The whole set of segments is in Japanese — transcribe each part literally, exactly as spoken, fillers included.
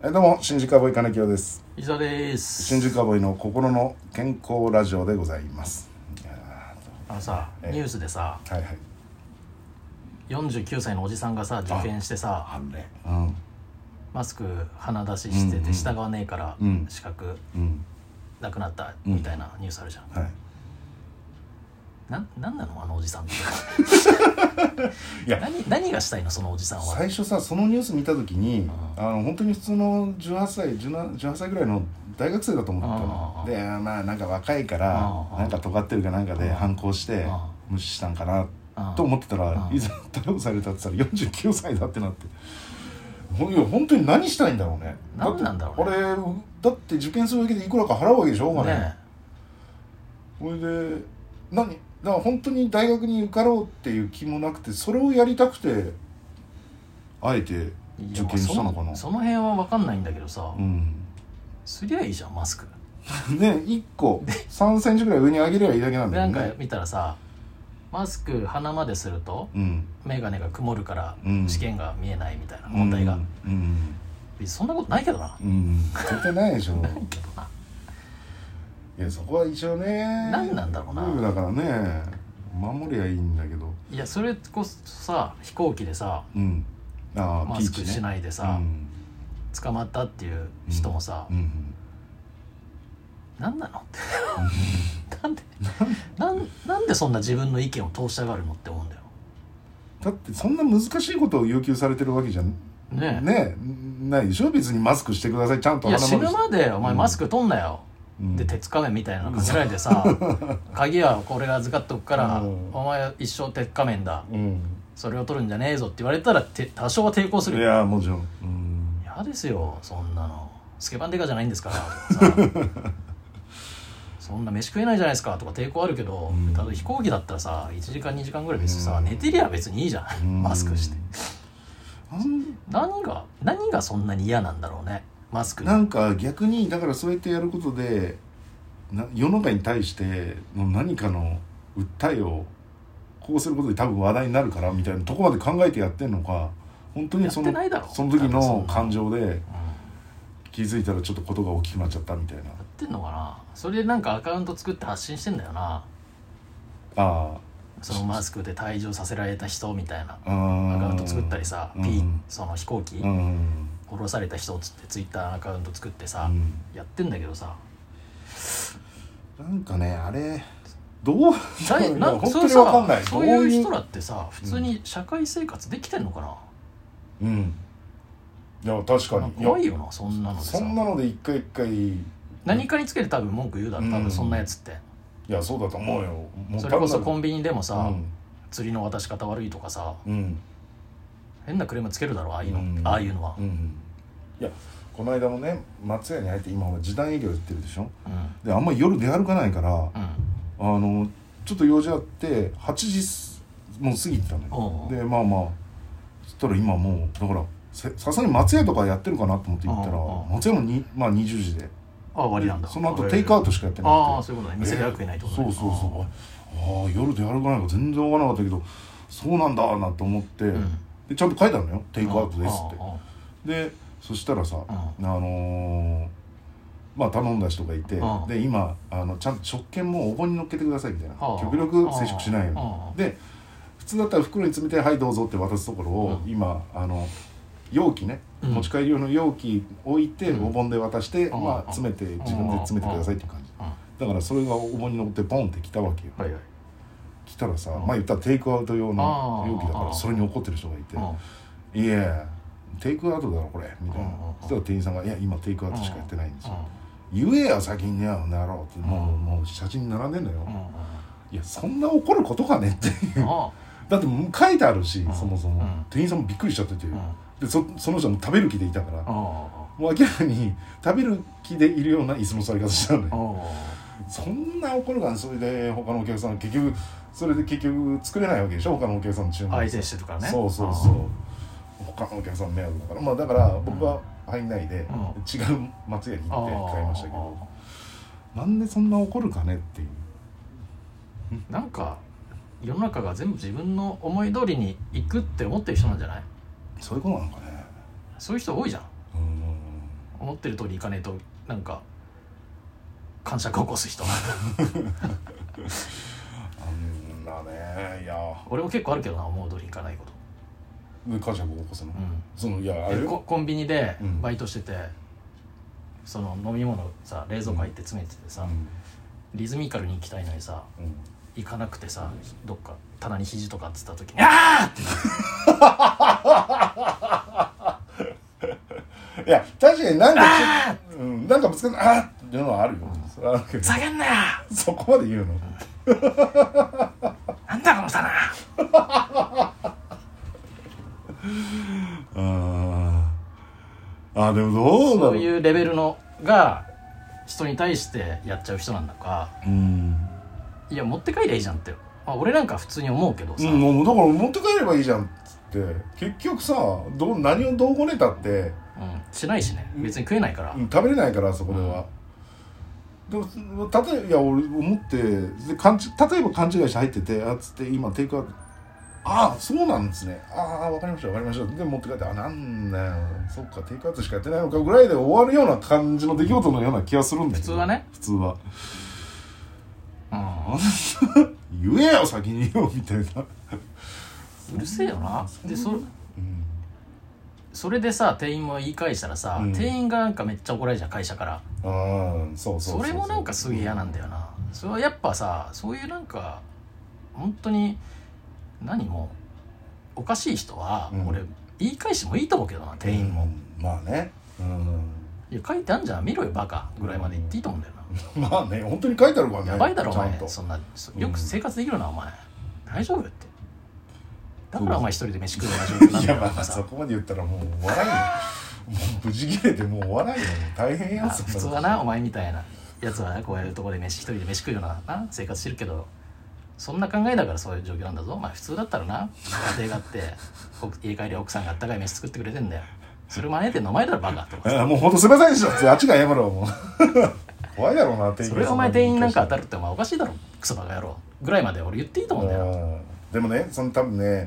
えどうも新宿カウボーイ金城です。 石田です。 新宿カウボーイの心の健康ラジオでございます。いやあのさ、えニュースでさ、 はいはい、 よんじゅうきゅうさいのおじさんがさ受験してさ、 あれ、うん、 マスク鼻出ししてて従わねえから資格なくなったみたいなニュースあるじゃん、うんうん、はい、な, なんなのあのおじさんっていや 何, 何がしたいのそのおじさんは。 最初さそのニュース見た時に、うん、あの本当に普通のじゅうはっさいじゅうはっさいぐらいの大学生だと思ったので、まあなんか若いからなんか尖ってるかなんかで反抗して無視したんかなと思ってたら、いざ逮捕されたって言ったらよんじゅうきゅうさいだってなって、いや本当に何したいんだろうね。 何なんだろうね。 あれだって受験するだけでいくらか払うわけでしょうがね。それで何だから本当に大学に受かろうっていう気もなくて、それをやりたくてあえて受験したのかな。 そ, その辺は分かんないんだけどさ、 うん、 すりゃいいじゃんマスクね、いっこさんセンチぐらい上に上げればいいだけなんだよね。 なんか見たらさ、マスク鼻まですると、うん、眼鏡が曇るから試験が見えないみたいな問題が、うんうん、そんなことないけどな、 うん、絶対ないでしょないけどな。 いやそこは一応ね何なんだろうな、 ルールだからね守りゃいいんだけど。 いやそれこそさ飛行機でさ、 うん、あマスクしないでさ、ね、うん、捕まったっていう人もさ、うんうん、何なのってなんでなんなんでそんな自分の意見を通したがるのって思うんだよ。 だってそんな難しいことを要求されてるわけじゃんねねないでしょ。別にマスクしてくださいちゃんと。 いや死ぬまでお前マスク取んなよ、うん、で鉄仮面みたいなのかけられてさ、うん、鍵はこれが預かっとくから、うん、お前一生鉄仮面だ、うん、それを取るんじゃねえぞって言われたら多少は抵抗するよ。 いやもちろん、うん、 嫌ですよそんなの。スケバンデカじゃないんですからとかさそんな飯食えないじゃないですかとか抵抗あるけど、うん、ただ飛行機だったらさいちじかんにじかんぐらい別にさ、うん、寝てりゃ別にいいじゃん、うん、マスクして、うん、何が何がそんなに嫌なんだろうねマスク。 なんか逆にだからそうやってやることでな世の中に対しての何かの訴えをこうすることで多分話題になるからみたいなとこまで考えてやってんのか、本当にそのその時の感情で気づいたらちょっとことが大きくなっちゃったみたいな。やってんのかな。それでなんかアカウント作って発信してんだよな。ああ、 そのマスクで退場させられた人みたいなアカウント作ったりさ、うん、P その飛行機、うん、降ろされた人っつってツイッターアカウント作ってさ、うん、やってんだけどさ、 なんかねあれどうなん本当に分かんない。そういう人らってさ普通に社会生活できてんのかな。 うん、いや確かに怖いよなそんなのでさ。 そんなので一回一回何かにつけて多分文句言うだろ多分そんなやつって、 うん、いやそうだと思うよ。もうそれこそコンビニでもさ、うん、釣りの渡し方悪いとかさ、うん、変なクレームつけるだろああいうの、うん、ああいうのは、うん、いやこの間もね松屋に入って今俺時短営業やってるでしょ、うん、であんまり夜出歩かないから、うん、あのちょっと用事あってはちじもう過ぎてたのよ。でまあまあそしたら今もうだからさすがに松屋とかやってるかなと思って行ったら松屋もに、まあ、にじゅうじでああ終わりなんだ。 その後テイクアウトしかやってなくて。 ああそういうことね。店では食えないってことね。 そうそうそう。ああ夜で歩かないから全然わからなかったけどそうなんだなと思って、うん、でちゃんと書いてあるのよテイクアウトですって。でそしたらさあのー、まあ頼んだ人がいて、で今あのちゃんと食券もお盆に乗っけてくださいみたいな、極力接触しないようにで普通だったら袋に詰めてはいどうぞって渡すところを、うん、今あの容器ね、うん、持ち帰り用の容器置いて、うん、お盆で渡して、まあ、詰めて自分で詰めてくださいっていう感じ、うん、だからそれがお盆に乗ってポンって来たわけよ、はいはい、来たらさ、うん、まあ言ったらテイクアウト用の容器だからそれに怒ってる人がいて、いやテイクアウトだろこれみたいな。そしたら店員さんがいや今テイクアウトしかやってないんですよ、言えや先にやなろうってもう、もう写真に並んでんのよ、いやそんな怒ることかねっていうだって書いてあるし、そもそも、うん、店員さんもびっくりしちゃってて、うん、で そ, その人も食べる気でいたから、もう明らかに食べる気でいるような椅子の座り方したのよ。そんな怒るかね。それで他のお客さん結局それで結局作れないわけでしょ他のお客さんの注文相手してるからね。 そうそうそう。他のお客さん迷惑だから、まあだから僕は入んないで、うん、違う松屋に行って買いましたけど、なんでそんな怒るかねっていう。 なんか世の中が全部自分の思い通りに行くって思ってる人なんじゃない？ そういうことなのかね。 そういう人多いじゃん。 うん思ってる通りいかねえとなんか感触起こす人あんなね。いや俺も結構あるけどな、思う通りいかないことで感触起こすの、 うん、 そのいやあれコ, コンビニでうんバイトしてて、その飲み物さ冷蔵庫入って詰めててさ、 うん、 リズミカルに行きたいのにさ、 うん、 行かなくてさ、どっか棚に肘とかっつった時にあーっていや確かになんかうん、なんかぶつかるあーっていうのはあるよ、うん、それはあるけどふざけんなよそこまで言うのなんだこの棚ああでもどうだろう、 そういうレベルのが人に対してやっちゃう人なんだか、 うん、 いや持って帰りゃいいじゃんって、まあ、俺なんか普通に思うけどさ、 うん、もうだから持って帰ればいいじゃんっつって結局さどう何をどうこねたって、 うん、しないしね別に食えないから、 うん、食べれないからそこでは、うん、でも例えばいや俺思ってで勘例えば勘違いして入っててあっつって今テイクアウトああそうなんですねああ分かりました分かりましたで持って帰ってあなんだよそっかテイクアウトしかやってないのかぐらいで終わるような感じの出来事のような気がするんだけど普通はね普通は、 うん、 言えよ先によみたいなうるせえよなで そ,、うん、それでさ店員も言い返したらさ、うん、店員がなんかめっちゃ怒られるじゃん会社から。 あそうそうそうそうそれもなんかすげえ嫌なんだよな、うん、それはやっぱさそういうなんか本当に何もおかしい人は、うん、俺言い返してもいいと思うけどな店員も、 うん、まあね、うん、 いや書いてあんじゃん見ろよバカぐらいまで言っていいと思うんだよな、うん、まあね本当に書いてあるからねやばいだろお前そんなよく生活できるな、うん、お前大丈夫ってだからお前一人で飯食うような状況なんだよいやまあそこまで言ったらもう笑いよもう無事切れてもう笑いよ大変やつ普通はなお前みたいなやつは、ね、こういうところで飯一人で飯食うようなな生活してるけどそんな考えだからそういう状況なんだぞ。まあ普通だったらな家庭があって家帰り奥さんがあったかい飯作ってくれてんだよ。それ真似てんのお前だろバカとかさもうほんとすいませんでしたあっちが謝ろうもう怖いだろうな店員それお前店員なんか当たるってお前おかしいだろクソバカ野郎ぐらいまで俺言っていいと思うんだよ。 でもねその多分ね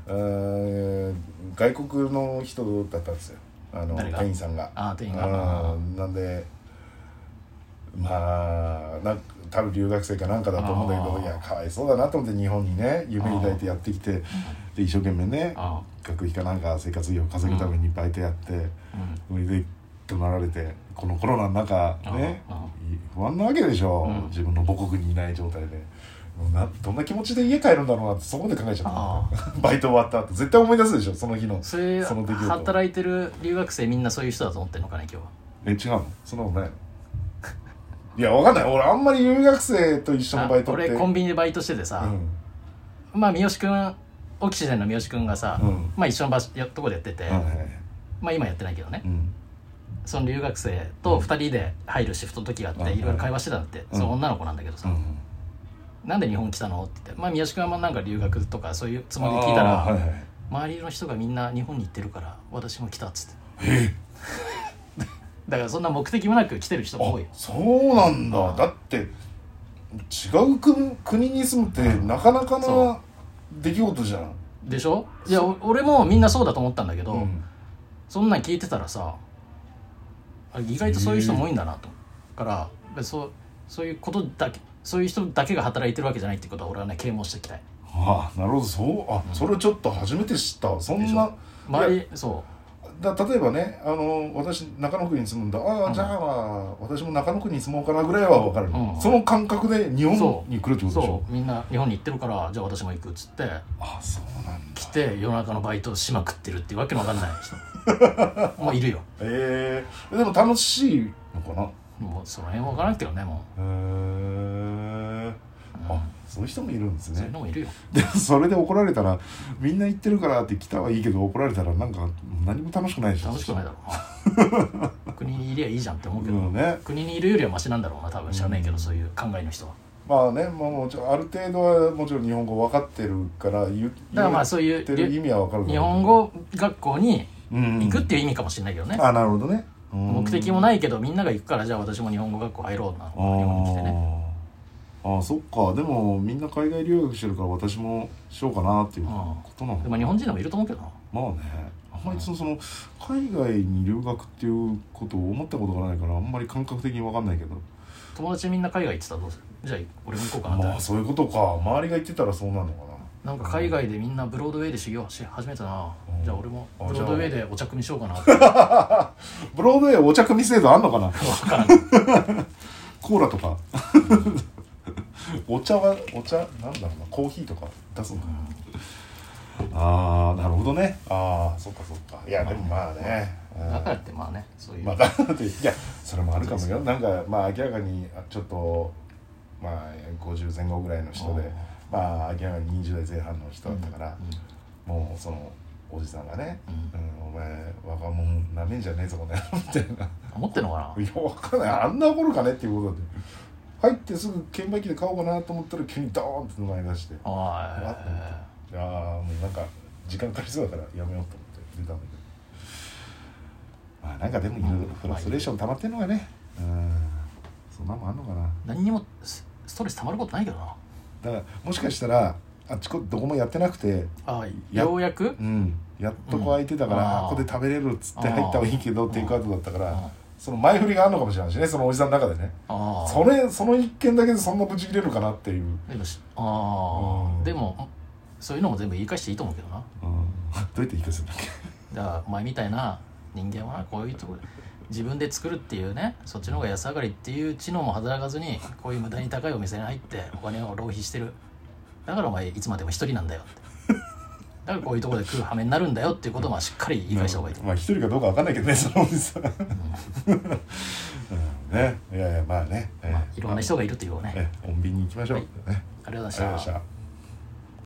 外国の人だったんですよあの店員さんがあ店員がなんでまあなんか多分留学生かなんかだと思うんだけどいやかわいそうだなと思って日本にね夢抱いてやってきてで一生懸命ね学費かなんか生活費を稼ぐためにバイトやってそれで怒鳴られてこのコロナの中ね不安なわけでしょ、うん、自分の母国にいない状態でなどんな気持ちで家帰るんだろうなってそこで考えちゃったバイト終わった後絶対思い出すでしょその日のそれその出来事働いてる留学生みんなそういう人だと思ってるのかね今日は。 え違うのそんなことないのいやわかんない俺あんまり留学生と一緒のバイトって俺コンビニでバイトしててさ、うん、まあ三好くんオキシジェンの三好くんがさ、うん、まあ一緒の場所やとこでやってて、はいはい、まあ今やってないけどね、うん、その留学生とふたりで入るシフトの時があって、うん、いろいろ会話してたんだって、うん、その女の子なんだけどさ、うん、なんで日本来たのって言ってまあ三好くんはなんか留学とかそういうつもりで聞いたら、はいはい、周りの人がみんな日本に行ってるから私も来たっつってえだからそんな目的もなく来てる人も多いよ。 そうなんだ、うん、だって違う国, 国に住むってなかなかな出来事じゃんでしょ。いや俺もみんなそうだと思ったんだけど、うん、そんなん聞いてたらさ意外とそういう人も多いんだなとからそうそういうことだけそういう人だけが働いてるわけじゃないってことは俺はね啓蒙していきたい。 ああなるほどそうあ、うん、それちょっと初めて知ったそんな周りそうだ例えばねあの私中野区に住むんだああ、うん、じゃあ私も中野区に住もうかなぐらいは分かる、うん、その感覚で日本に来るってことでしょ。 そうみんな日本に行ってるからじゃあ私も行くっつってあそうなんだ来て夜中のバイトしまくってるっていうわけの分かんない人もういるよ。 えー、でも楽しいのかな。 もうその辺分からんけどねもうへえー、あそういう人もいるんですね。 そういうのもいるよ。 でそれで怒られたらみんな言ってるからって来たはいいけど怒られたらなんか何も楽しくないでしょ。 楽しくないだろう国にいりゃいいじゃんって思うけど、うんね、国にいるよりはマシなんだろうな多分知らないけど、うん、そういう考えの人はまあね、まあ、もちろんある程度はもちろん日本語分かってるから言だからまあそういう言ってる意味は分かる日本語学校に行くっていう意味かもしれないけどね、 うんうん、あなるほどね、 うん、目的もないけどみんなが行くからじゃあ私も日本語学校入ろうな日本に来てね。 ああそっかでもみんな海外留学してるから私もしようかなっていうことなの、うん、 でも日本人でもいると思うけどな。 まあねんまりその、その海外に留学っていうことを思ったことがないからあんまり感覚的に分かんないけど、 友達みんな海外行ってたらどうする？じゃあ俺も行こうかなって。 まあそういうことか。周りが言ってたらそうなのかな。なんか海外でみんなブロードウェイで修行し始めたな、うん、じゃあ俺もブロードウェイでお茶組みしようかなってブロードウェイお茶組み制度あんのかな分からんコーラとかお茶はお茶なんだろうな、コーヒーとか出すのかな、うん、ああなるほどね。ああそっかそっか。いや、まあ、でもまあね、 まあ、だからってまあねそういう、 まあ、だからっていやそれもあるかもよ。なんかまあ明らかにちょっとまあごじゅうぜん後ぐらいの人で、まあ明らかににじゅう代前半の人だったから、うんうん、もうそのおじさんがね、うんうん、お前若者なめんじゃねえぞこの野郎みたいな思ってんのかな。 いや分かんない。あんな怒るかねっていうことで入ってすぐ券売機で買おうかなと思ったら急にドーンって名前出して、ああって思って、いやもうなんか時間かかりそうだからやめようと思って出たんだけど、まあなんかでもいろいろフラストレーション溜まってんのがね、うんそんなもんあんのかな。 何にもストレス溜まることないけどな。 だからもしかしたらあっちこどこもやってなくて、 あようやく、 うん、やっとこ空いてたから、うん、ここで食べれるっつって入った方がいいけどテイクアウトだったから、その前振りがあるのかもしれないしね、そのおじさんの中でね。あそれその一件だけでそんなブチ切れるかなっていう。 でもあ、うん、でもそういうのも全部言い返していいと思うけどな、 うん、どうやって言い返すんだっけ。 だからお前みたいな人間はこういうところ自分で作るっていうね、そっちの方が安上がりっていう知能も働かずにこういう無駄に高いお店に入ってお金を浪費してる。だからお前いつまでも一人なんだよってだからこういうところで食う羽目になるんだよっていうこともしっかり言い返した方がいい。 まあ一人かどうか分かんないけどねそのおじさん、うんうん、ねいやいやまあね、 まあ、いろんな人がいるっていうね、 穏便に行きましょう、はい、 ね、ありがとうございました。